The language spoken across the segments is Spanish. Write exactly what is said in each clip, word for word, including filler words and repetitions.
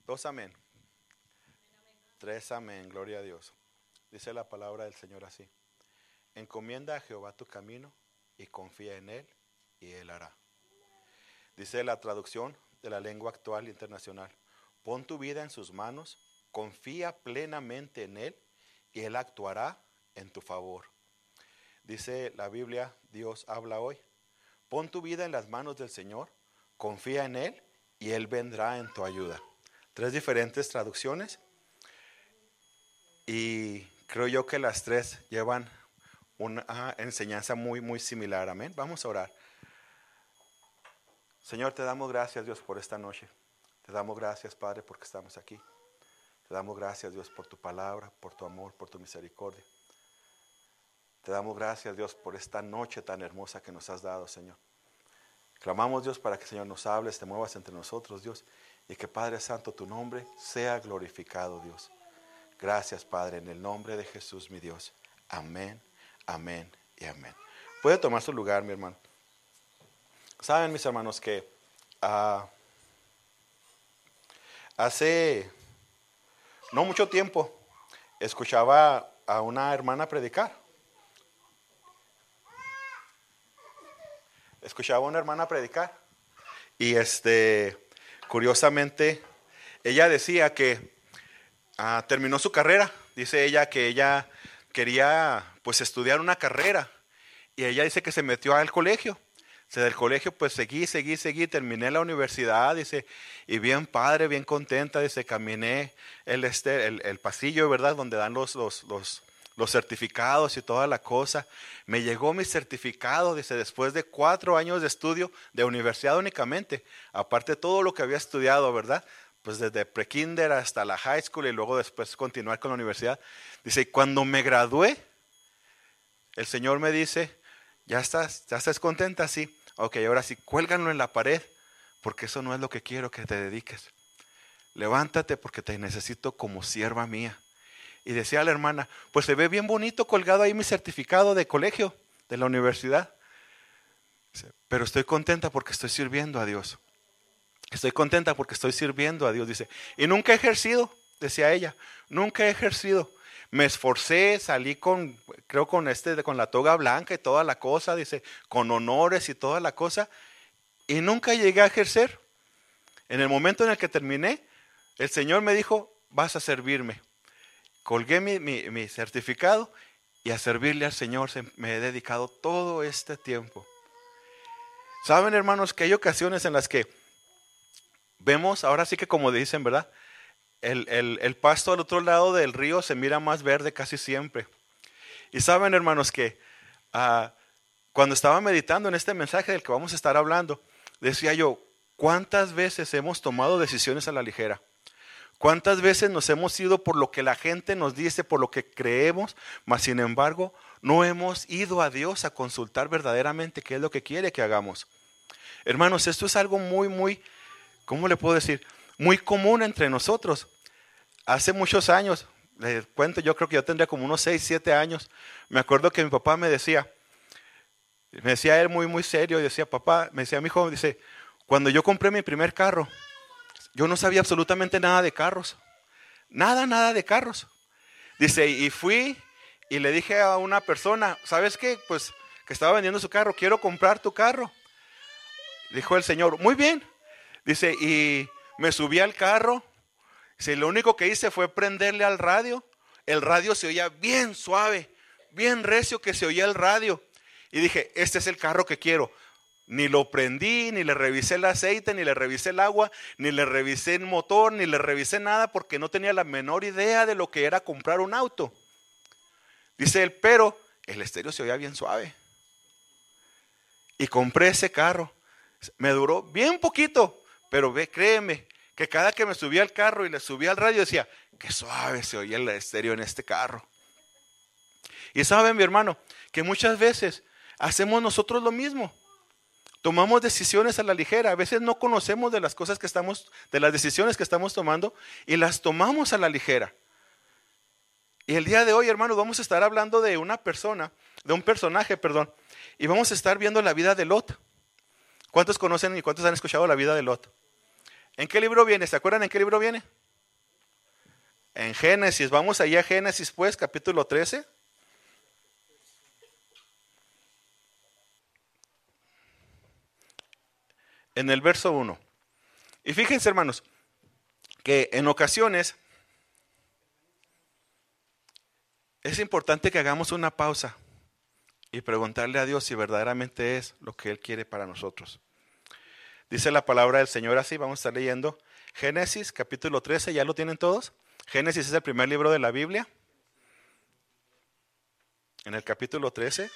Dos amén. Tres amén, gloria a Dios. Dice la palabra del Señor así: encomienda a Jehová tu camino y confía en Él y Él hará. Dice la traducción de la lengua actual internacional: pon tu vida en sus manos, confía plenamente en Él y Él actuará en tu favor. Dice la Biblia, Dios habla hoy: pon tu vida en las manos del Señor, confía en Él y Él vendrá en tu ayuda. Tres diferentes traducciones y creo yo que las tres llevan una enseñanza muy muy similar. Amén. Vamos a orar. Señor, te damos gracias, Dios, por esta noche. Te damos gracias, Padre, porque estamos aquí. Te damos gracias, Dios, por tu palabra, por tu amor, por tu misericordia. Te damos gracias, Dios, por esta noche tan hermosa que nos has dado, Señor. Clamamos, Dios, para que, Señor, nos hables, te muevas entre nosotros, Dios, y que, Padre Santo, tu nombre sea glorificado, Dios. Gracias, Padre, en el nombre de Jesús, mi Dios. Amén, amén y amén. Puede tomar su lugar, mi hermano. Saben, mis hermanos, que uh, hace no mucho tiempo escuchaba a una hermana predicar. Escuchaba a una hermana predicar. Y este, curiosamente, ella decía que uh, terminó su carrera. Dice ella que ella quería pues estudiar una carrera. Y ella dice que se metió al colegio. Del colegio pues seguí, seguí, seguí, terminé la universidad, dice, y bien padre, bien contenta, dice, caminé el, este, el, el pasillo, ¿verdad? Donde dan los, los, los, los certificados y toda la cosa. Me llegó mi certificado, dice, después de cuatro años de estudio de universidad únicamente, aparte de todo lo que había estudiado, ¿verdad? Pues desde pre-kinder hasta la high school y luego después continuar con la universidad. Dice, y cuando me gradué, el Señor me dice, ¿ya estás, ya estás contenta? Sí. Ok, ahora sí, cuélganlo en la pared, porque eso no es lo que quiero que te dediques. Levántate porque te necesito como sierva mía. Y decía la hermana, pues se ve bien bonito colgado ahí mi certificado de colegio, de la universidad. Pero estoy contenta porque estoy sirviendo a Dios. Estoy contenta porque estoy sirviendo a Dios, dice. Y nunca he ejercido, decía ella, nunca he ejercido. Me esforcé, salí con, creo con este, con la toga blanca y toda la cosa, dice, con honores y toda la cosa, y nunca llegué a ejercer. En el momento en el que terminé, el Señor me dijo, vas a servirme. Colgué mi, mi, mi certificado y a servirle al Señor me he dedicado todo este tiempo. Saben, hermanos, que hay ocasiones en las que vemos, ahora sí que como dicen, ¿verdad? El, el, el pasto al otro lado del río se mira más verde casi siempre. Y saben, hermanos, que uh, cuando estaba meditando en este mensaje del que vamos a estar hablando, decía yo, ¿cuántas veces hemos tomado decisiones a la ligera? ¿Cuántas veces nos hemos ido por lo que la gente nos dice, por lo que creemos, mas sin embargo no hemos ido a Dios a consultar verdaderamente qué es lo que quiere que hagamos? Hermanos, esto es algo muy, muy, ¿cómo le puedo decir? Muy común entre nosotros. Hace muchos años, les cuento, yo creo que yo tendría como unos seis, siete años. Me acuerdo que mi papá me decía, me decía él muy, muy serio, decía, papá, me decía, mi hijo, dice, cuando yo compré mi primer carro, yo no sabía absolutamente nada de carros. Nada, nada de carros. Dice, y fui y le dije a una persona, ¿sabes qué? Pues que estaba vendiendo su carro, quiero comprar tu carro. Dijo el Señor, muy bien. Dice, y me subí al carro. Dice, lo único que hice fue prenderle al radio. El radio se oía bien suave, bien recio que se oía el radio. Y dije, este es el carro que quiero. Ni lo prendí, ni le revisé el aceite, ni le revisé el agua, ni le revisé el motor, ni le revisé nada porque no tenía la menor idea de lo que era comprar un auto. Dice él, pero el estéreo se oía bien suave. Y compré ese carro. Me duró bien poquito, pero ve, créeme, que cada que me subía al carro y le subía al radio decía, qué suave se oía el estéreo en este carro. Y saben, mi hermano, que muchas veces hacemos nosotros lo mismo. Tomamos decisiones a la ligera. A veces no conocemos de las cosas que estamos, de las decisiones que estamos tomando y las tomamos a la ligera. Y el día de hoy, hermanos, vamos a estar hablando de una persona, de un personaje, perdón, y vamos a estar viendo la vida de Lot. ¿Cuántos conocen y cuántos han escuchado la vida de Lot? ¿En qué libro viene? ¿Se acuerdan en qué libro viene? En Génesis, vamos allá a Génesis pues, capítulo trece. En el verso uno. Y fíjense, hermanos, que en ocasiones es importante que hagamos una pausa y preguntarle a Dios si verdaderamente es lo que Él quiere para nosotros. Dice la palabra del Señor así, vamos a estar leyendo Génesis capítulo trece, ¿ya lo tienen todos? Génesis es el primer libro de la Biblia. En el capítulo trece,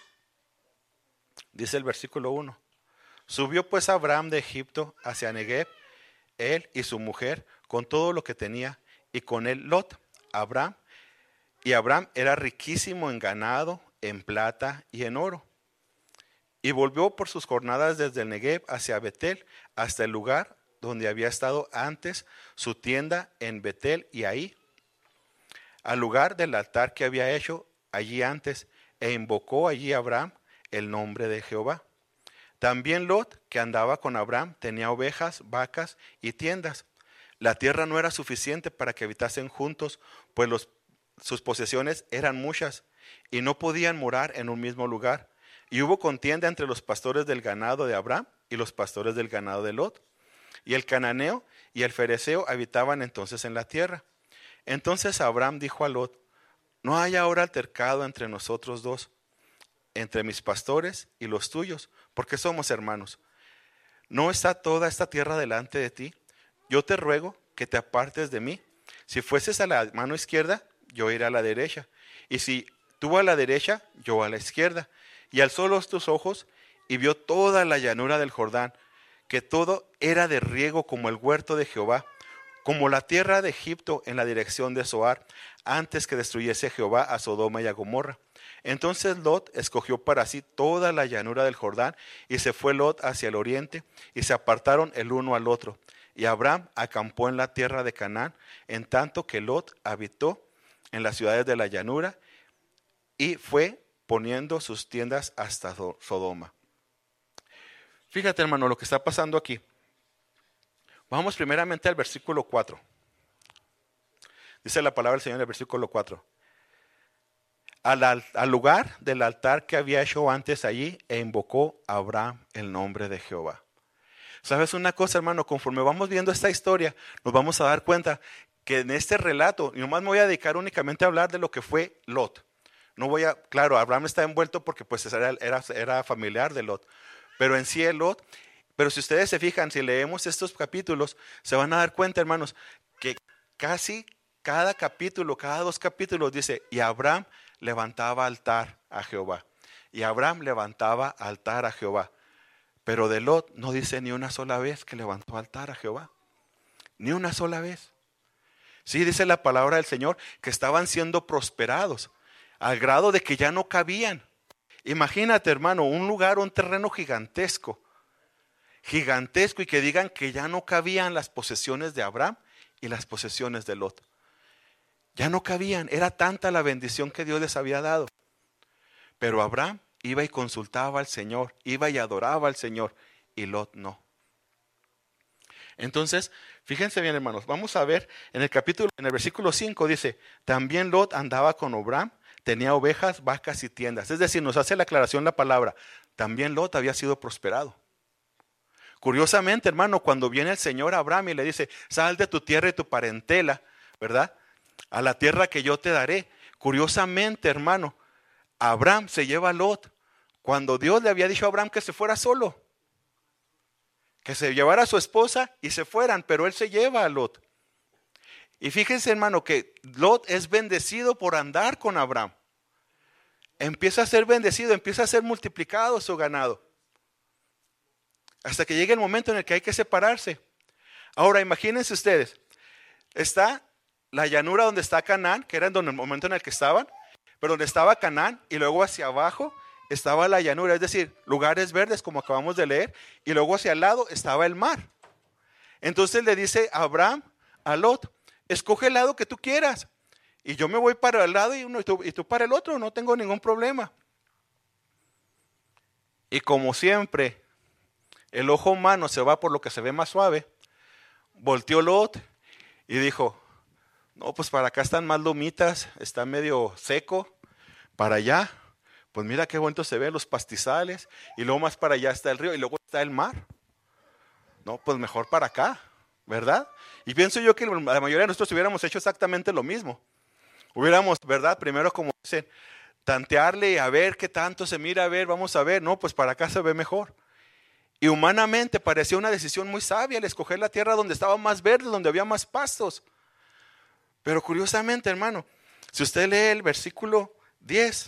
dice el versículo uno. Subió pues Abraham de Egipto hacia Negev, él y su mujer, con todo lo que tenía, y con él Lot, Abraham. Y Abraham era riquísimo en ganado, en plata y en oro. Y volvió por sus jornadas desde el Negev hacia Betel, hasta el lugar donde había estado antes su tienda en Betel y ahí, al lugar del altar que había hecho allí antes, e invocó allí Abraham el nombre de Jehová. También Lot, que andaba con Abraham, tenía ovejas, vacas y tiendas. La tierra no era suficiente para que habitasen juntos, pues los, sus posesiones eran muchas, y no podían morar en un mismo lugar. Y hubo contienda entre los pastores del ganado de Abraham y los pastores del ganado de Lot. Y el cananeo y el fereceo habitaban entonces en la tierra. Entonces Abraham dijo a Lot: no hay ahora altercado entre nosotros dos, entre mis pastores y los tuyos, porque somos hermanos. ¿No está toda esta tierra delante de ti? Yo te ruego que te apartes de mí. Si fueses a la mano izquierda, yo iré a la derecha. Y si tú a la derecha, yo a la izquierda. Y alzó los tus ojos y vio toda la llanura del Jordán, que todo era de riego como el huerto de Jehová, como la tierra de Egipto en la dirección de Zoar, antes que destruyese Jehová a Sodoma y a Gomorra. Entonces Lot escogió para sí toda la llanura del Jordán, y se fue Lot hacia el oriente, y se apartaron el uno al otro. Y Abraham acampó en la tierra de Canaán, en tanto que Lot habitó en las ciudades de la llanura, y fue poniendo sus tiendas hasta Sodoma. Fíjate, hermano, lo que está pasando aquí. Vamos primeramente al versículo cuatro. Dice la palabra del Señor en el versículo cuatro. Al, al, al lugar del altar que había hecho antes allí, e invocó a Abraham el nombre de Jehová. ¿Sabes una cosa, hermano? Conforme vamos viendo esta historia, nos vamos a dar cuenta que en este relato, y nomás me voy a dedicar únicamente a hablar de lo que fue Lot. No voy a, claro, Abraham está envuelto porque pues era, era, era familiar de Lot, pero en sí el Lot. Pero si ustedes se fijan, si leemos estos capítulos, se van a dar cuenta, hermanos, que casi cada capítulo, cada dos capítulos dice, y Abraham levantaba altar a Jehová. Y Abraham levantaba altar a Jehová. Pero de Lot no dice ni una sola vez que levantó altar a Jehová. Ni una sola vez. Sí, dice la palabra del Señor que estaban siendo prosperados al grado de que ya no cabían. Imagínate, hermano, un lugar, un terreno gigantesco. Gigantesco, y que digan que ya no cabían las posesiones de Abraham y las posesiones de Lot. Ya no cabían, era tanta la bendición que Dios les había dado. Pero Abraham iba y consultaba al Señor, iba y adoraba al Señor, y Lot no. Entonces, fíjense bien, hermanos, vamos a ver en el capítulo, en el versículo cinco dice, también Lot andaba con Abraham, tenía ovejas, vacas y tiendas. Es decir, nos hace la aclaración la palabra, también Lot había sido prosperado. Curiosamente, hermano, cuando viene el Señor a Abraham y le dice, sal de tu tierra y tu parentela, ¿verdad? A la tierra que yo te daré. Curiosamente, hermano, Abraham se lleva a Lot cuando Dios le había dicho a Abraham que se fuera solo, que se llevara a su esposa y se fueran, pero él se lleva a Lot. Y fíjense, hermano, que Lot es bendecido por andar con Abraham. Empieza a ser bendecido, empieza a ser multiplicado su ganado. Hasta que llegue el momento en el que hay que separarse. Ahora imagínense ustedes, está la llanura donde está Canaán, que era en el momento en el que estaban, pero donde estaba Canaán, y luego hacia abajo estaba la llanura, es decir, lugares verdes como acabamos de leer, y luego hacia el lado estaba el mar. Entonces le dice Abraham a Lot, escoge el lado que tú quieras, y yo me voy para el lado y, uno, y, tú, y tú para el otro, no tengo ningún problema. Y como siempre, el ojo humano se va por lo que se ve más suave. Volteó Lot y dijo, No, pues para acá están más lomitas, está medio seco. Para allá, pues mira qué bonito se ven los pastizales. Y luego más para allá está el río y luego está el mar. No, pues mejor para acá, ¿verdad? Y pienso yo que la mayoría de nosotros hubiéramos hecho exactamente lo mismo. Hubiéramos, ¿verdad? Primero, como dicen, tantearle a ver qué tanto se mira, a ver, vamos a ver. No, pues para acá se ve mejor. Y humanamente parecía una decisión muy sabia el escoger la tierra donde estaba más verde, donde había más pastos. Pero curiosamente, hermano, si usted lee el versículo diez,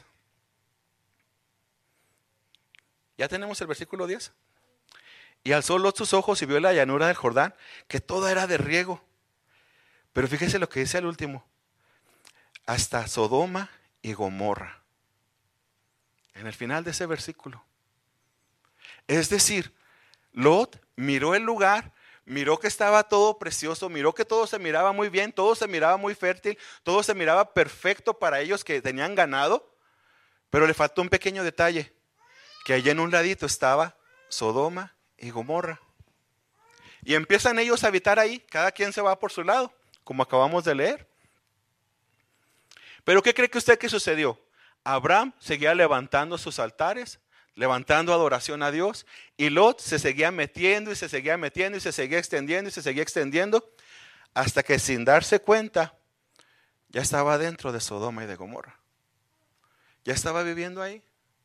ya tenemos el versículo diez. Y alzó Lot sus ojos y vio la llanura del Jordán, que toda era de riego. Pero fíjese lo que dice al último: hasta Sodoma y Gomorra. En el final de ese versículo. Es decir, Lot miró el lugar, miró que estaba todo precioso, miró que todo se miraba muy bien, todo se miraba muy fértil, todo se miraba perfecto para ellos que tenían ganado, pero le faltó un pequeño detalle, que allá en un ladito estaba Sodoma y Gomorra. Y empiezan ellos a habitar ahí, cada quien se va por su lado, como acabamos de leer. Pero ¿qué cree que usted que sucedió? Abraham seguía levantando sus altares, levantando adoración a Dios, y Lot se seguía metiendo y se seguía metiendo y se seguía extendiendo y se seguía extendiendo, hasta que sin darse cuenta, ya estaba dentro de Sodoma y de Gomorra. Ya estaba viviendo ahí.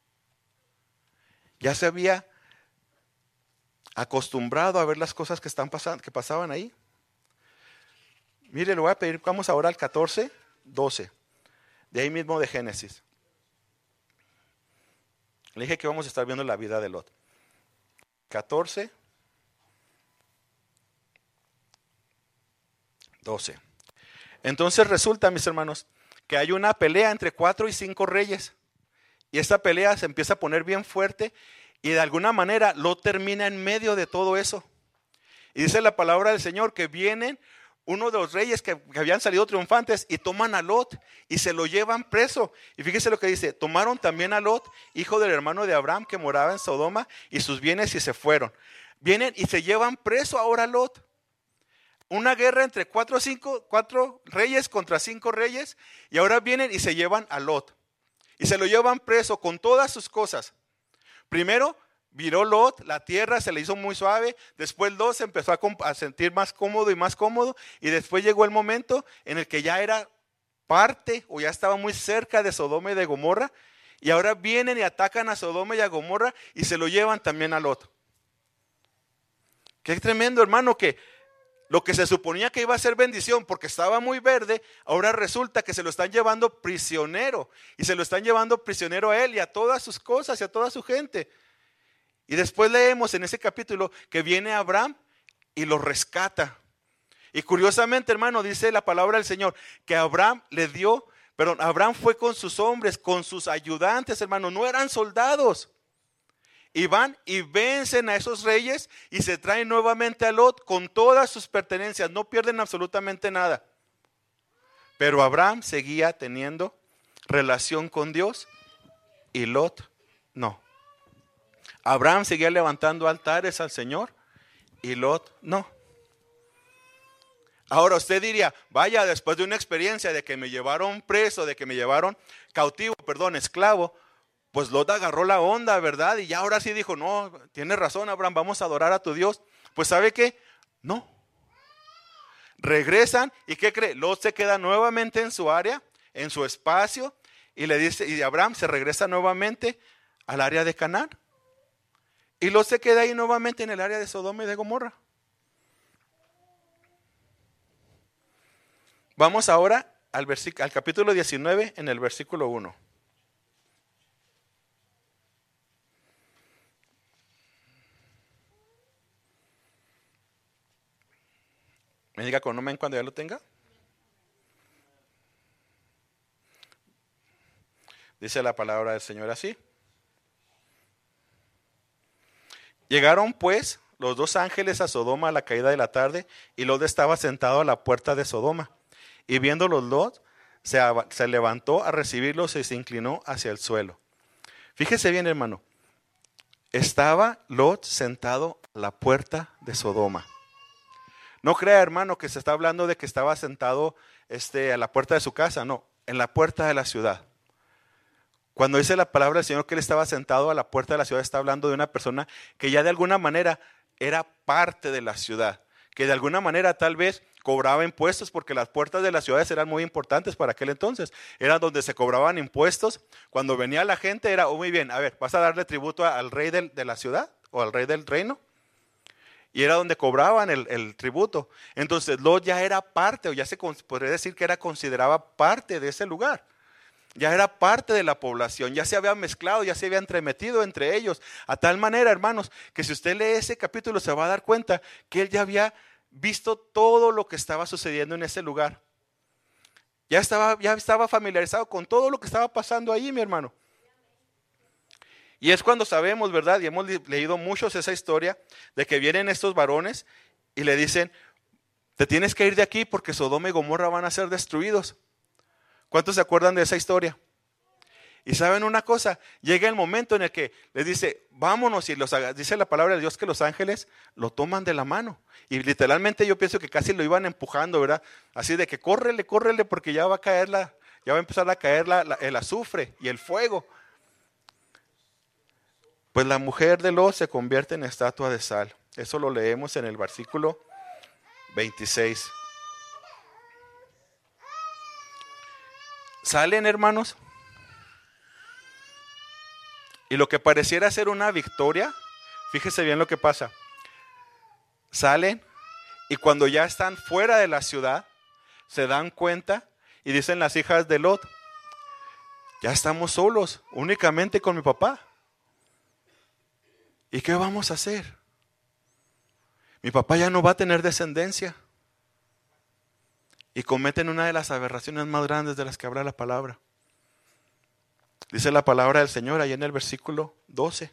Ya se había acostumbrado a ver las cosas que, están pasando, que pasaban ahí. Mire, le voy a pedir, vamos ahora al catorce, doce, de ahí mismo de Génesis. Le dije que vamos a estar viendo la vida de Lot. catorce, doce. Entonces resulta, mis hermanos, que hay una pelea entre cuatro y cinco reyes. Y esta pelea se empieza a poner bien fuerte y de alguna manera Lot termina en medio de todo eso. Y dice la palabra del Señor que vienen uno de los reyes que, que habían salido triunfantes y toman a Lot y se lo llevan preso. Y fíjese lo que dice: tomaron también a Lot, hijo del hermano de Abraham, que moraba en Sodoma, y sus bienes, y se fueron. Vienen y se llevan preso ahora a Lot. Una guerra entre cuatro, cinco, cuatro reyes contra cinco reyes, y ahora vienen y se llevan a Lot. Y se lo llevan preso con todas sus cosas. Primero viró Lot, la tierra se le hizo muy suave. Después Lot se empezó a, a sentir más cómodo y más cómodo. Y después llegó el momento en el que ya era parte o ya estaba muy cerca de Sodoma y de Gomorra. Y ahora vienen y atacan a Sodoma y a Gomorra y se lo llevan también a Lot. Qué tremendo, hermano, que lo que se suponía que iba a ser bendición porque estaba muy verde, ahora resulta que se lo están llevando prisionero. Y se lo están llevando prisionero a él y a todas sus cosas y a toda su gente. Y después leemos en ese capítulo que viene Abraham y lo rescata. Y curiosamente, hermano, dice la palabra del Señor que Abraham le dio, perdón, Abraham fue con sus hombres, con sus ayudantes, hermano, no eran soldados. Y van y vencen a esos reyes y se traen nuevamente a Lot con todas sus pertenencias, no pierden absolutamente nada. Pero Abraham seguía teniendo relación con Dios y Lot no. Abraham seguía levantando altares al Señor y Lot no. Ahora usted diría, vaya, después de una experiencia de que me llevaron preso, de que me llevaron cautivo, perdón, esclavo, pues Lot agarró la onda, ¿verdad? Y ya ahora sí dijo, no, tienes razón, Abraham, vamos a adorar a tu Dios. Pues ¿sabe qué? No. Regresan y ¿qué cree? Lot se queda nuevamente en su área, en su espacio, y le dice, y Abraham se regresa nuevamente al área de Canaán. Y Lot se queda ahí nuevamente en el área de Sodoma y de Gomorra. Vamos ahora al, al capítulo diecinueve en el versículo uno. Me diga con amén cuando ya lo tenga. Dice la palabra del Señor así. Llegaron pues los dos ángeles a Sodoma a la caída de la tarde, y Lot estaba sentado a la puerta de Sodoma. Y viéndolos Lot, se, se levantó a recibirlos y se inclinó hacia el suelo. Fíjese bien, hermano. Estaba Lot sentado a la puerta de Sodoma. No crea, hermano, que se está hablando de que estaba sentado este, a la puerta de su casa, no, en la puerta de la ciudad. Cuando dice la palabra del Señor que él estaba sentado a la puerta de la ciudad, está hablando de una persona que ya de alguna manera era parte de la ciudad, que de alguna manera tal vez cobraba impuestos, porque las puertas de las ciudades eran muy importantes para aquel entonces, eran donde se cobraban impuestos. Cuando venía la gente era, oh, muy bien, a ver, ¿vas a darle tributo al rey del, de la ciudad o al rey del reino? Y era donde cobraban el, el tributo. Entonces Lot ya era parte, o ya se podría decir que era consideraba parte de ese lugar. Ya era parte de la población, ya se había mezclado, ya se había entremetido entre ellos. A tal manera, hermanos, que si usted lee ese capítulo se va a dar cuenta que él ya había visto todo lo que estaba sucediendo en ese lugar. Ya estaba, ya estaba familiarizado con todo lo que estaba pasando ahí, mi hermano. Y es cuando sabemos, ¿verdad? Y hemos leído muchos esa historia de que vienen estos varones y le dicen, te tienes que ir de aquí porque Sodoma y Gomorra van a ser destruidos. ¿Cuántos se acuerdan de esa historia? Y saben una cosa, llega el momento en el que les dice, vámonos, y los, dice la palabra de Dios que los ángeles lo toman de la mano. Y literalmente yo pienso que casi lo iban empujando, ¿verdad? Así de que córrele, córrele, porque ya va a caer la, ya va a empezar a caer la, la, el azufre y el fuego. Pues la mujer de Lot se convierte en estatua de sal. Eso lo leemos en el versículo veintiséis. Salen, hermanos, y lo que pareciera ser una victoria, fíjese bien lo que pasa. Salen y cuando ya están fuera de la ciudad, se dan cuenta y dicen las hijas de Lot, ya estamos solos, únicamente con mi papá. ¿Y qué vamos a hacer? Mi papá ya no va a tener descendencia. Y cometen una de las aberraciones más grandes de las que habla la palabra. Dice la palabra del Señor ahí en el versículo doce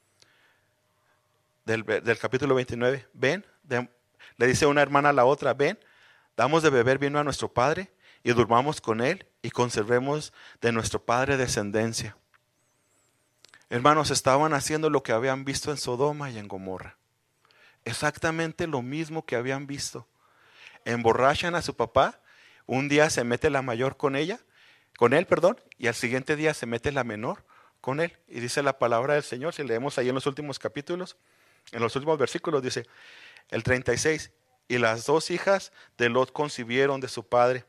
del, del capítulo veintinueve. Ven, de, le dice una hermana a la otra, ven, damos de beber vino a nuestro padre y durmamos con él y conservemos de nuestro padre descendencia. Hermanos, estaban haciendo lo que habían visto en Sodoma y en Gomorra. Exactamente lo mismo que habían visto. Emborrachan a su papá, un día se mete la mayor con ella, con él, perdón, y al siguiente día se mete la menor con él. Y dice la palabra del Señor, si leemos ahí en los últimos capítulos, en los últimos versículos, dice el treinta y seis, y las dos hijas de Lot concibieron de su padre.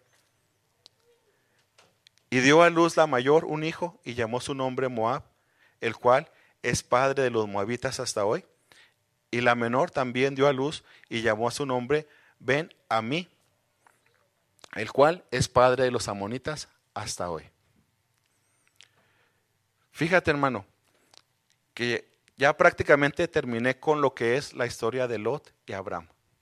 Y dio a luz la mayor un hijo y llamó su nombre Moab, el cual es padre de los moabitas hasta hoy. Y la menor también dio a luz y llamó a su nombre Ben a mí, el cual es padre de los amonitas hasta hoy. Fíjate, hermano, que ya prácticamente terminé con lo que es la historia de Lot y Abraham.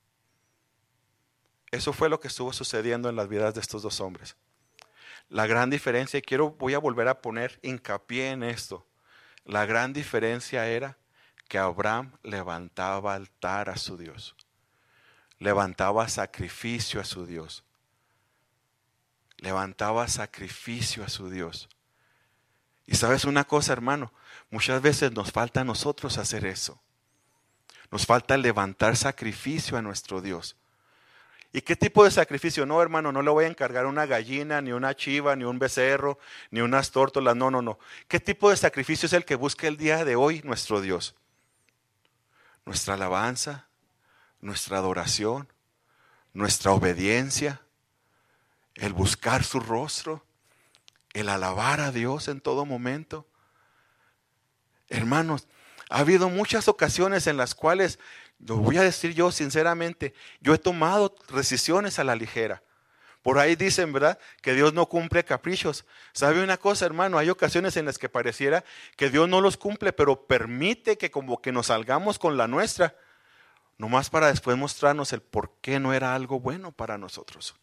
Eso fue lo que estuvo sucediendo en las vidas de estos dos hombres. La gran diferencia, y quiero, voy a volver a poner hincapié en esto, la gran diferencia era que Abraham levantaba altar a su Dios. Levantaba sacrificio a su Dios. Levantaba sacrificio a su Dios. Y sabes una cosa, hermano, muchas veces nos falta a nosotros hacer eso. Nos falta levantar sacrificio a nuestro Dios. ¿Y qué tipo de sacrificio? No, hermano, no le voy a encargar una gallina, ni una chiva, ni un becerro, ni unas tórtolas. No, no, no. ¿Qué tipo de sacrificio es el que busca el día de hoy nuestro Dios? Nuestra alabanza, nuestra adoración, nuestra obediencia, el buscar su rostro, el alabar a Dios en todo momento. Hermanos, ha habido muchas ocasiones en las cuales, lo voy a decir yo sinceramente, yo he tomado decisiones a la ligera. Por ahí dicen, ¿verdad?, que Dios no cumple caprichos. ¿Sabe una cosa, hermano? Hay ocasiones en las que pareciera que Dios no los cumple, pero permite que como que nos salgamos con la nuestra, nomás para después mostrarnos el por qué no era algo bueno para nosotros.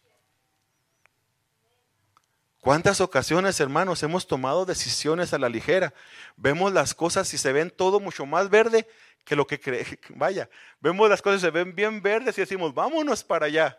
¿Cuántas ocasiones, hermanos, hemos tomado decisiones a la ligera? Vemos las cosas y se ven todo mucho más verde que lo que cree. Vaya, vemos las cosas y se ven bien verdes y decimos, vámonos para allá.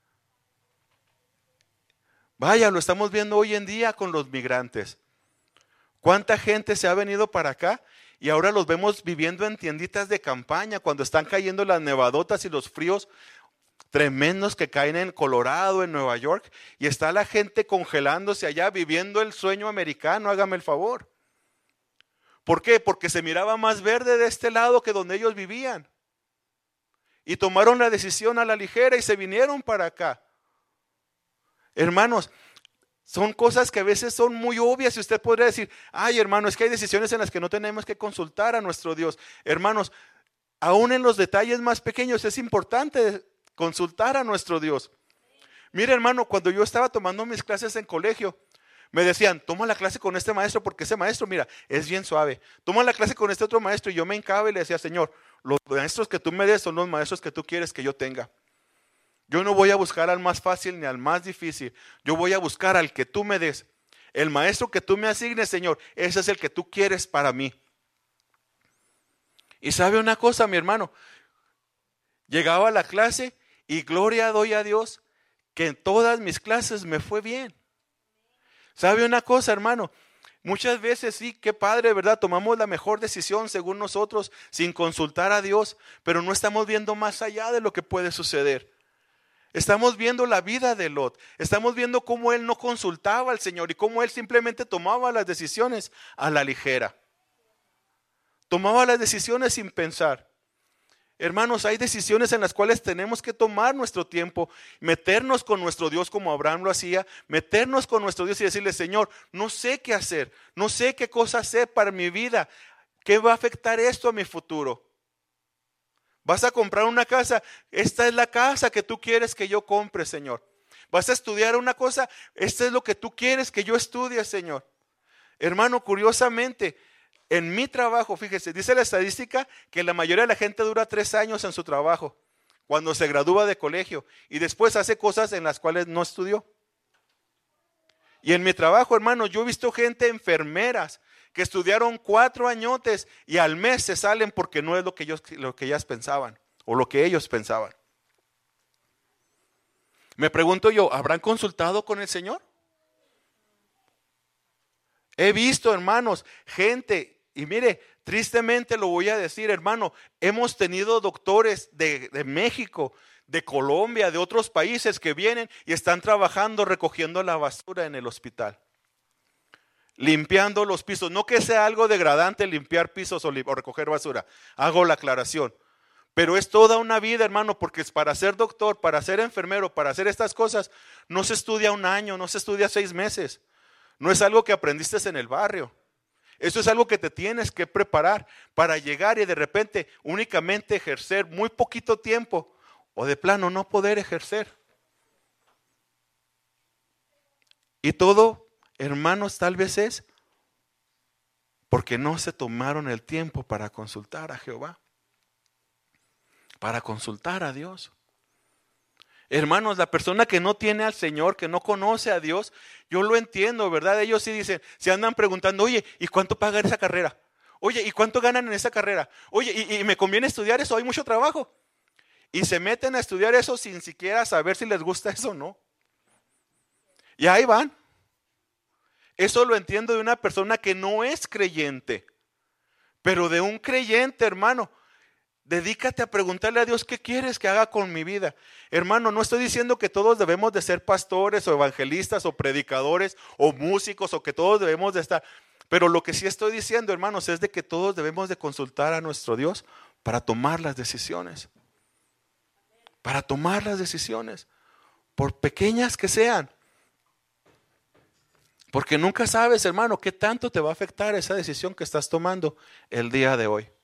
Vaya, lo estamos viendo hoy en día con los migrantes. ¿Cuánta gente se ha venido para acá? Y ahora los vemos viviendo en tienditas de campaña cuando están cayendo las nevadotas y los fríos tremendos que caen en Colorado, en Nueva York, y está la gente congelándose allá, viviendo el sueño americano, hágame el favor. ¿Por qué? Porque se miraba más verde de este lado que donde ellos vivían. Y tomaron la decisión a la ligera y se vinieron para acá. Hermanos, son cosas que a veces son muy obvias y usted podría decir, ay hermano, es que hay decisiones en las que no tenemos que consultar a nuestro Dios. Hermanos, aún en los detalles más pequeños es importante consultar a nuestro Dios. Mire hermano, cuando yo estaba tomando mis clases en colegio, me decían, toma la clase con este maestro porque ese maestro, mira, es bien suave. Toma la clase con este otro maestro y yo me hincaba y le decía, Señor, los maestros que tú me des son los maestros que tú quieres que yo tenga. Yo no voy a buscar al más fácil ni al más difícil. Yo voy a buscar al que tú me des. El maestro que tú me asignes, Señor, ese es el que tú quieres para mí. Y sabe una cosa, mi hermano, llegaba a la clase y gloria doy a Dios que en todas mis clases me fue bien. ¿Sabe una cosa, hermano? Muchas veces sí, qué padre, ¿verdad? Tomamos la mejor decisión según nosotros sin consultar a Dios, pero no estamos viendo más allá de lo que puede suceder. Estamos viendo la vida de Lot, estamos viendo cómo él no consultaba al Señor y cómo él simplemente tomaba las decisiones a la ligera. Tomaba las decisiones sin pensar. Hermanos, hay decisiones en las cuales tenemos que tomar nuestro tiempo, meternos con nuestro Dios como Abraham lo hacía, meternos con nuestro Dios y decirle, Señor, no sé qué hacer, no sé qué cosa hacer para mi vida, ¿qué va a afectar esto a mi futuro? Vas a comprar una casa, esta es la casa que tú quieres que yo compre, Señor. Vas a estudiar una cosa, esto es lo que tú quieres que yo estudie, Señor. Hermano, curiosamente, en mi trabajo, fíjese, dice la estadística que la mayoría de la gente dura tres años en su trabajo, cuando se gradúa de colegio, y después hace cosas en las cuales no estudió. Y en mi trabajo, hermano, yo he visto gente, enfermeras, que estudiaron cuatro añotes y al mes se salen porque no es lo que ellos, lo que ellas pensaban, o lo que ellos pensaban. Me pregunto yo, ¿habrán consultado con el Señor? He visto, hermanos, gente, y mire, tristemente lo voy a decir, hermano, hemos tenido doctores de, de México, de Colombia, de otros países que vienen y están trabajando recogiendo la basura en el hospital. Limpiando los pisos, no que sea algo degradante limpiar pisos o, o recoger basura, hago la aclaración. Pero es toda una vida, hermano, porque es para ser doctor, para ser enfermero, para hacer estas cosas, no se estudia un año, no se estudia seis meses. No es algo que aprendiste en el barrio. Eso es algo que te tienes que preparar para llegar y de repente únicamente ejercer muy poquito tiempo o de plano no poder ejercer. Y todo, hermanos, tal vez es porque no se tomaron el tiempo para consultar a Jehová, para consultar a Dios. Hermanos, la persona que no tiene al Señor, que no conoce a Dios, yo lo entiendo, ¿verdad? Ellos sí dicen, se andan preguntando, oye, ¿y cuánto pagan esa carrera? Oye, ¿y cuánto ganan en esa carrera? Oye, ¿y, y me conviene estudiar eso? Hay mucho trabajo. Y se meten a estudiar eso sin siquiera saber si les gusta eso o no. Y ahí van. Eso lo entiendo de una persona que no es creyente. Pero de un creyente, hermano, dedícate a preguntarle a Dios, ¿qué quieres que haga con mi vida? Hermano, no estoy diciendo que todos debemos de ser pastores o evangelistas o predicadores o músicos o que todos debemos de estar. Pero lo que sí estoy diciendo, hermanos, es de que todos debemos de consultar a nuestro Dios para tomar las decisiones. Para tomar las decisiones, por pequeñas que sean. Porque nunca sabes, hermano, qué tanto te va a afectar esa decisión que estás tomando el día de hoy.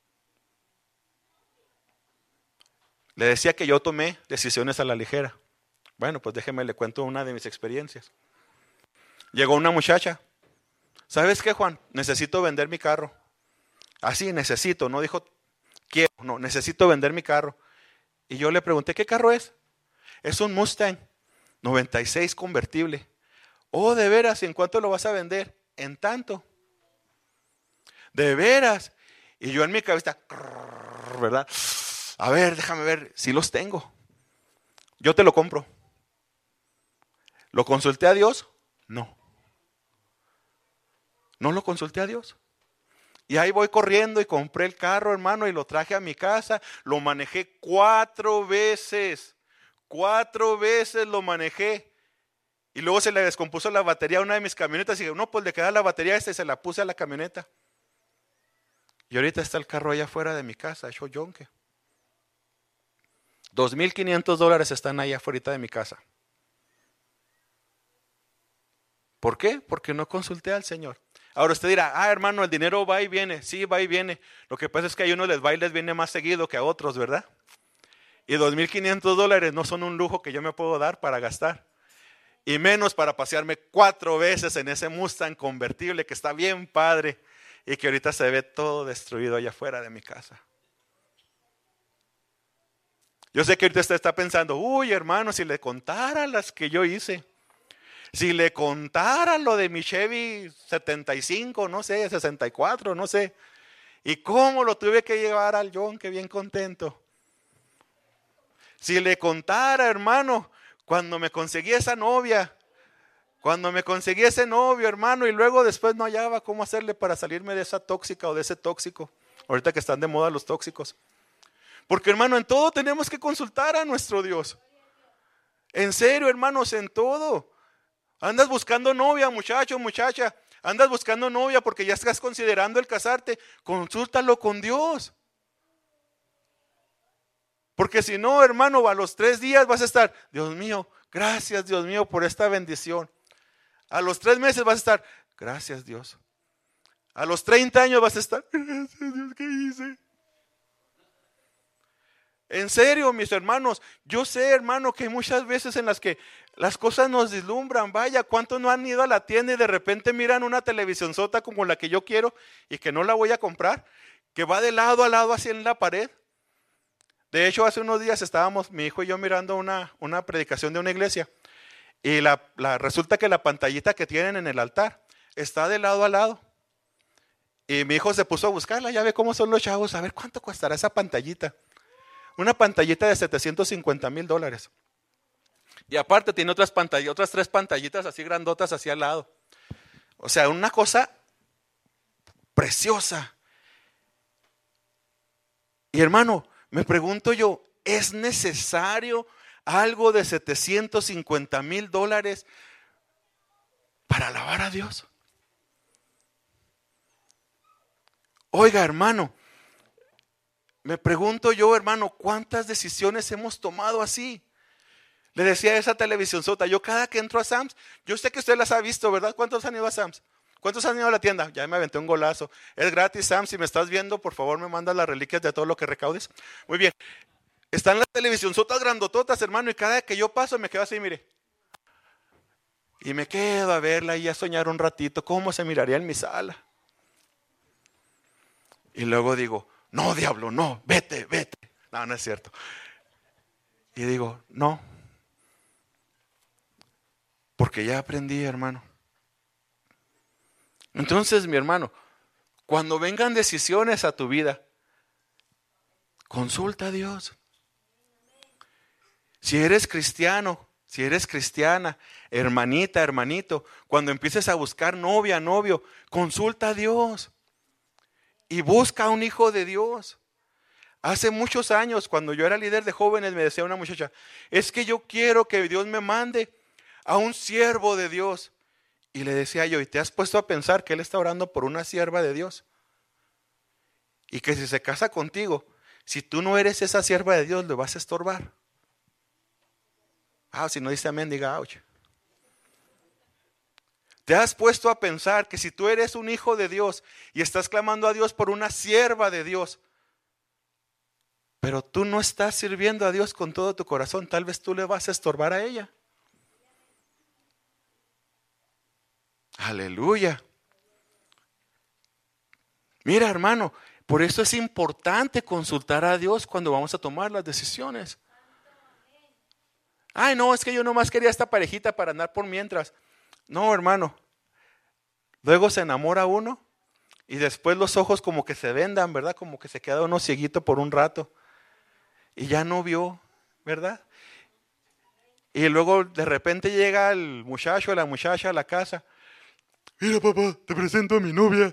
Le decía que yo tomé decisiones a la ligera. Bueno, pues déjeme le cuento una de mis experiencias. Llegó una muchacha. ¿Sabes qué, Juan? Necesito vender mi carro. Así, necesito. No dijo quiero, no, necesito vender mi carro. Y yo le pregunté, ¿qué carro es? Es un Mustang noventa y seis convertible. Oh, de veras, ¿y en cuánto lo vas a vender? En tanto. De veras. Y yo en mi cabeza, ¿verdad? A ver, déjame ver, si los tengo. Yo te lo compro. ¿Lo consulté a Dios? No. No lo consulté a Dios. Y ahí voy corriendo y compré el carro, hermano, y lo traje a mi casa. Lo manejé cuatro veces. Cuatro veces lo manejé. Y luego se le descompuso la batería a una de mis camionetas. Y dije, no, pues le queda la batería a esta y se la puse a la camioneta. Y ahorita está el carro allá afuera de mi casa, hecho yonque. Dos mil quinientos dólares están allá afuera de mi casa. ¿Por qué? Porque no consulté al Señor. Ahora usted dirá, ah, hermano, el dinero va y viene. Sí, va y viene. Lo que pasa es que a unos les va y les viene más seguido que a otros, ¿verdad? Y dos mil quinientos dólares no son un lujo que yo me puedo dar para gastar. Y menos para pasearme cuatro veces en ese Mustang convertible que está bien padre y que ahorita se ve todo destruido allá afuera de mi casa. Yo sé que ahorita usted está pensando, uy, hermano, si le contara las que yo hice. Si le contara lo de mi Chevy setenta y cinco, no sé, sesenta y cuatro, no sé. Y cómo lo tuve que llevar al John, que bien contento. Si le contara, hermano, cuando me conseguí esa novia, cuando me conseguí ese novio, hermano, y luego después no hallaba cómo hacerle para salirme de esa tóxica o de ese tóxico. Ahorita que están de moda los tóxicos. Porque, hermano, en todo tenemos que consultar a nuestro Dios. En serio, hermanos, en todo. Andas buscando novia, muchacho, muchacha. Andas buscando novia porque ya estás considerando el casarte. Consúltalo con Dios. Porque si no, hermano, a los tres días vas a estar, Dios mío, gracias Dios mío por esta bendición. A los tres meses vas a estar, gracias Dios. A los treinta años vas a estar, gracias Dios, ¿qué hice? En serio, mis hermanos, yo sé, hermano, que hay muchas veces en las que las cosas nos deslumbran. Vaya, ¿cuántos no han ido a la tienda y de repente miran una televisión sota como la que yo quiero y que no la voy a comprar? Que va de lado a lado así en la pared. De hecho, hace unos días estábamos, mi hijo y yo, mirando una, una predicación de una iglesia. Y la, la, resulta que la pantallita que tienen en el altar está de lado a lado. Y mi hijo se puso a buscarla, ya ve cómo son los chavos, a ver cuánto costará esa pantallita. Una pantallita de setecientos cincuenta mil dólares. Y aparte tiene otras pantallas, otras tres pantallitas así grandotas hacia al lado. O sea, una cosa preciosa. Y hermano, me pregunto yo, ¿es necesario algo de setecientos cincuenta mil dólares para alabar a Dios? Oiga, hermano, me pregunto yo, hermano, ¿cuántas decisiones hemos tomado así? Le decía a esa televisión sota, yo cada que entro a Sam's, yo sé que usted las ha visto, ¿verdad? ¿Cuántos han ido a Sam's? ¿Cuántos han ido a la tienda? Ya me aventé un golazo. Es gratis, Sam's, si me estás viendo, por favor me mandas las reliquias de todo lo que recaudes. Muy bien. Están las televisión sotas grandototas, hermano, y cada vez que yo paso me quedo así, mire. Y me quedo a verla y a soñar un ratito, cómo se miraría en mi sala. Y luego digo, no, diablo, no, vete, vete. No, no es cierto. Y digo, no. Porque ya aprendí, hermano. Entonces, mi hermano, cuando vengan decisiones a tu vida, consulta a Dios. Si eres cristiano, si eres cristiana, hermanita, hermanito, cuando empieces a buscar novia, novio, consulta a Dios. Y busca a un hijo de Dios. Hace muchos años, cuando yo era líder de jóvenes, me decía una muchacha, es que yo quiero que Dios me mande a un siervo de Dios. Y le decía yo, ¿y te has puesto a pensar que él está orando por una sierva de Dios? Y que si se casa contigo, si tú no eres esa sierva de Dios, le vas a estorbar. Ah, si no dice amén, diga ouch. ¿Te has puesto a pensar que si tú eres un hijo de Dios y estás clamando a Dios por una sierva de Dios, pero tú no estás sirviendo a Dios con todo tu corazón, tal vez tú le vas a estorbar a ella? Aleluya. Mira, hermano, por eso es importante consultar a Dios cuando vamos a tomar las decisiones. Ay, no, es que yo nomás quería esta parejita para andar por mientras. No, hermano. Luego se enamora uno y después los ojos como que se vendan, ¿verdad? Como que se queda uno cieguito por un rato y ya no vio, ¿verdad? Y luego de repente llega el muchacho o la muchacha a la casa. Mira, papá, te presento a mi novia.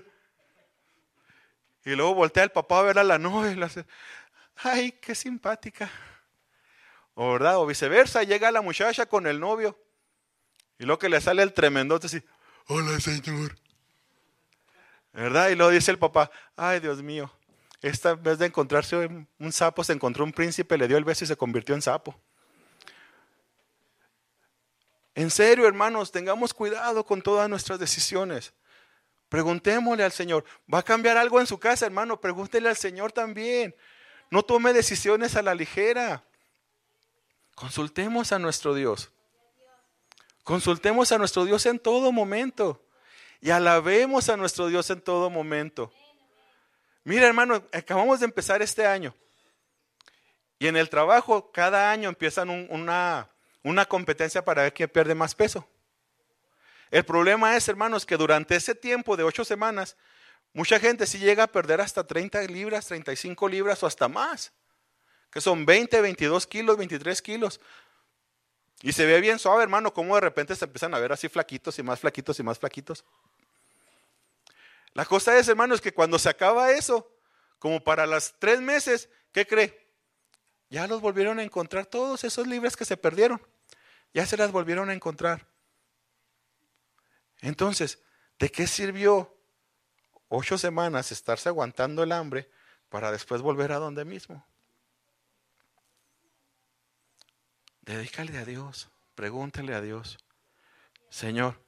Y luego voltea el papá a ver a la novia y le hace, ay, qué simpática. O, ¿verdad? O viceversa, llega la muchacha con el novio. Y luego que le sale el tremendote así, hola señor. ¿Verdad? Y luego dice el papá, ay Dios mío, esta vez de encontrarse un sapo, se encontró un príncipe, le dio el beso y se convirtió en sapo. En serio, hermanos, tengamos cuidado con todas nuestras decisiones. Preguntémosle al Señor. ¿Va a cambiar algo en su casa, hermano? Pregúntele al Señor también. No tome decisiones a la ligera. Consultemos a nuestro Dios. Consultemos a nuestro Dios en todo momento. Y alabemos a nuestro Dios en todo momento. Mira, hermano, acabamos de empezar este año. Y en el trabajo, cada año empiezan un, una, una competencia para ver quién pierde más peso. El problema es, hermanos, que durante ese tiempo de ocho semanas, mucha gente sí llega a perder hasta treinta libras, treinta y cinco libras o hasta más. Que son veinte, veintidós kilos, veintitrés kilos. Y se ve bien suave, hermano, cómo de repente se empiezan a ver así flaquitos y más flaquitos y más flaquitos. La cosa es, hermanos, que cuando se acaba eso, como para los tres meses, ¿qué cree? Ya los volvieron a encontrar todos esos libras que se perdieron. Ya se las volvieron a encontrar. Entonces, ¿de qué sirvió ocho semanas estarse aguantando el hambre para después volver a donde mismo? Dedícale a Dios, pregúntale a Dios, Señor,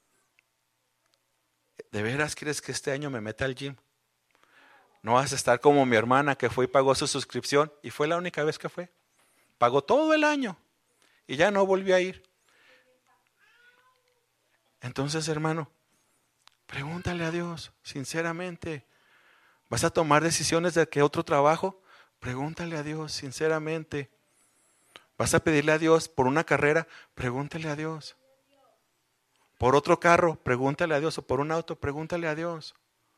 ¿de veras quieres que este año me meta al gym? No vas a estar como mi hermana que fue y pagó su suscripción y fue la única vez que fue. Pagó todo el año y ya no volvió a ir. Entonces, hermano, pregúntale a Dios, sinceramente. ¿Vas a tomar decisiones de qué otro trabajo? Pregúntale a Dios, sinceramente. ¿Vas a pedirle a Dios por una carrera? Pregúntale a Dios. ¿Por otro carro? Pregúntale a Dios. ¿O por un auto? Pregúntale a Dios.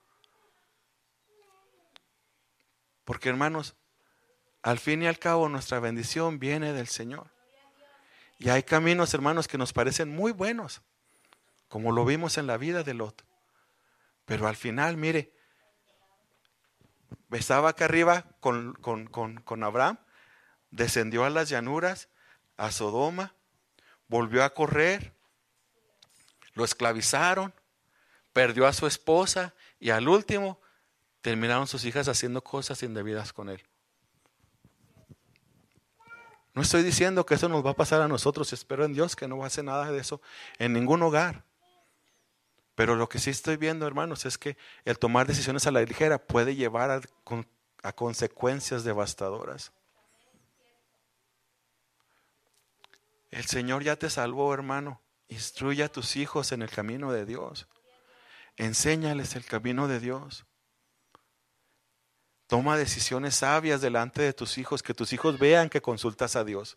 Porque, hermanos, al fin y al cabo nuestra bendición viene del Señor. Y hay caminos, hermanos, que nos parecen muy buenos, como lo vimos en la vida de Lot. Pero al final, mire, estaba acá arriba con, con, con, con Abraham, descendió a las llanuras, a Sodoma, volvió a correr, lo esclavizaron, perdió a su esposa y al último terminaron sus hijas haciendo cosas indebidas con él. No estoy diciendo que eso nos va a pasar a nosotros, espero en Dios que no va a hacer nada de eso en ningún hogar. Pero lo que sí estoy viendo, hermanos, es que el tomar decisiones a la ligera puede llevar a, a consecuencias devastadoras. El Señor ya te salvó, hermano. Instruye a tus hijos en el camino de Dios. Enséñales el camino de Dios. Toma decisiones sabias delante de tus hijos, que tus hijos vean que consultas a Dios.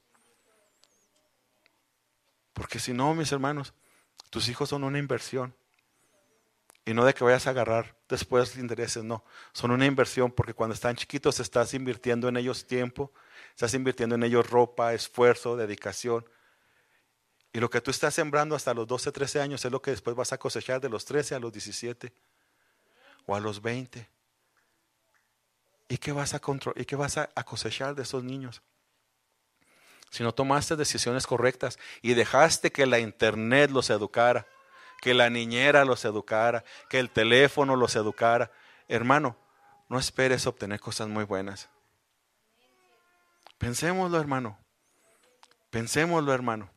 Porque si no, mis hermanos, tus hijos son una inversión. Y no de que vayas a agarrar después intereses, no. Son una inversión porque cuando están chiquitos estás invirtiendo en ellos tiempo, estás invirtiendo en ellos ropa, esfuerzo, dedicación. Y lo que tú estás sembrando hasta los doce, trece años es lo que después vas a cosechar de los trece a los diecisiete o a los veinte. ¿Y qué vas a control- ¿Y qué vas a cosechar de esos niños? Si no tomaste decisiones correctas y dejaste que la internet los educara, que la niñera los educara, que el teléfono los educara, hermano, no esperes obtener cosas muy buenas. Pensémoslo, hermano. Pensémoslo, hermano.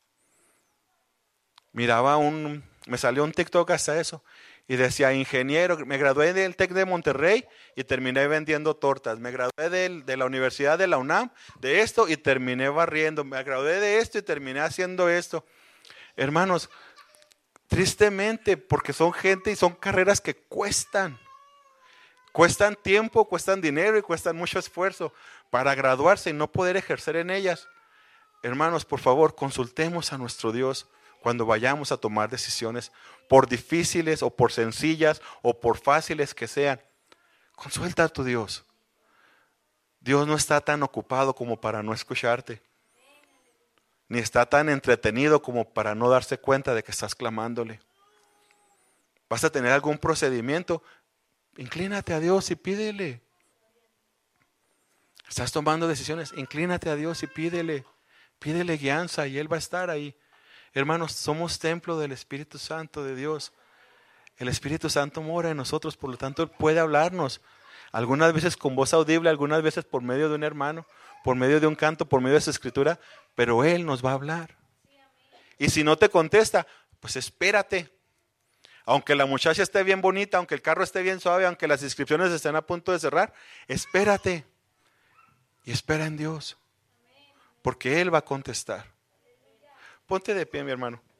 Miraba un, me salió un TikTok hasta eso, y decía, ingeniero, me gradué del TEC de Monterrey y terminé vendiendo tortas. Me gradué de, de la Universidad de la UNAM, de esto, y terminé barriendo. Me gradué de esto y terminé haciendo esto. Hermanos, tristemente, porque son gente y son carreras que cuestan. Cuestan tiempo, cuestan dinero y cuestan mucho esfuerzo para graduarse y no poder ejercer en ellas. Hermanos, por favor, consultemos a nuestro Dios cuando vayamos a tomar decisiones, por difíciles o por sencillas o por fáciles que sean. Consulta a tu Dios. Dios no está tan ocupado como para no escucharte, ni está tan entretenido como para no darse cuenta de que estás clamándole. ¿Vas a tener algún procedimiento? Inclínate a Dios y pídele. ¿Estás tomando decisiones? Inclínate a Dios y pídele. Pídele guianza y Él va a estar ahí. Hermanos, somos templo del Espíritu Santo de Dios. El Espíritu Santo mora en nosotros, por lo tanto Él puede hablarnos. Algunas veces con voz audible, algunas veces por medio de un hermano, por medio de un canto, por medio de su escritura, pero Él nos va a hablar. Y si no te contesta, pues espérate. Aunque la muchacha esté bien bonita, aunque el carro esté bien suave, aunque las inscripciones estén a punto de cerrar, espérate. Y espera en Dios, porque Él va a contestar. Ponte de pie, mi hermano.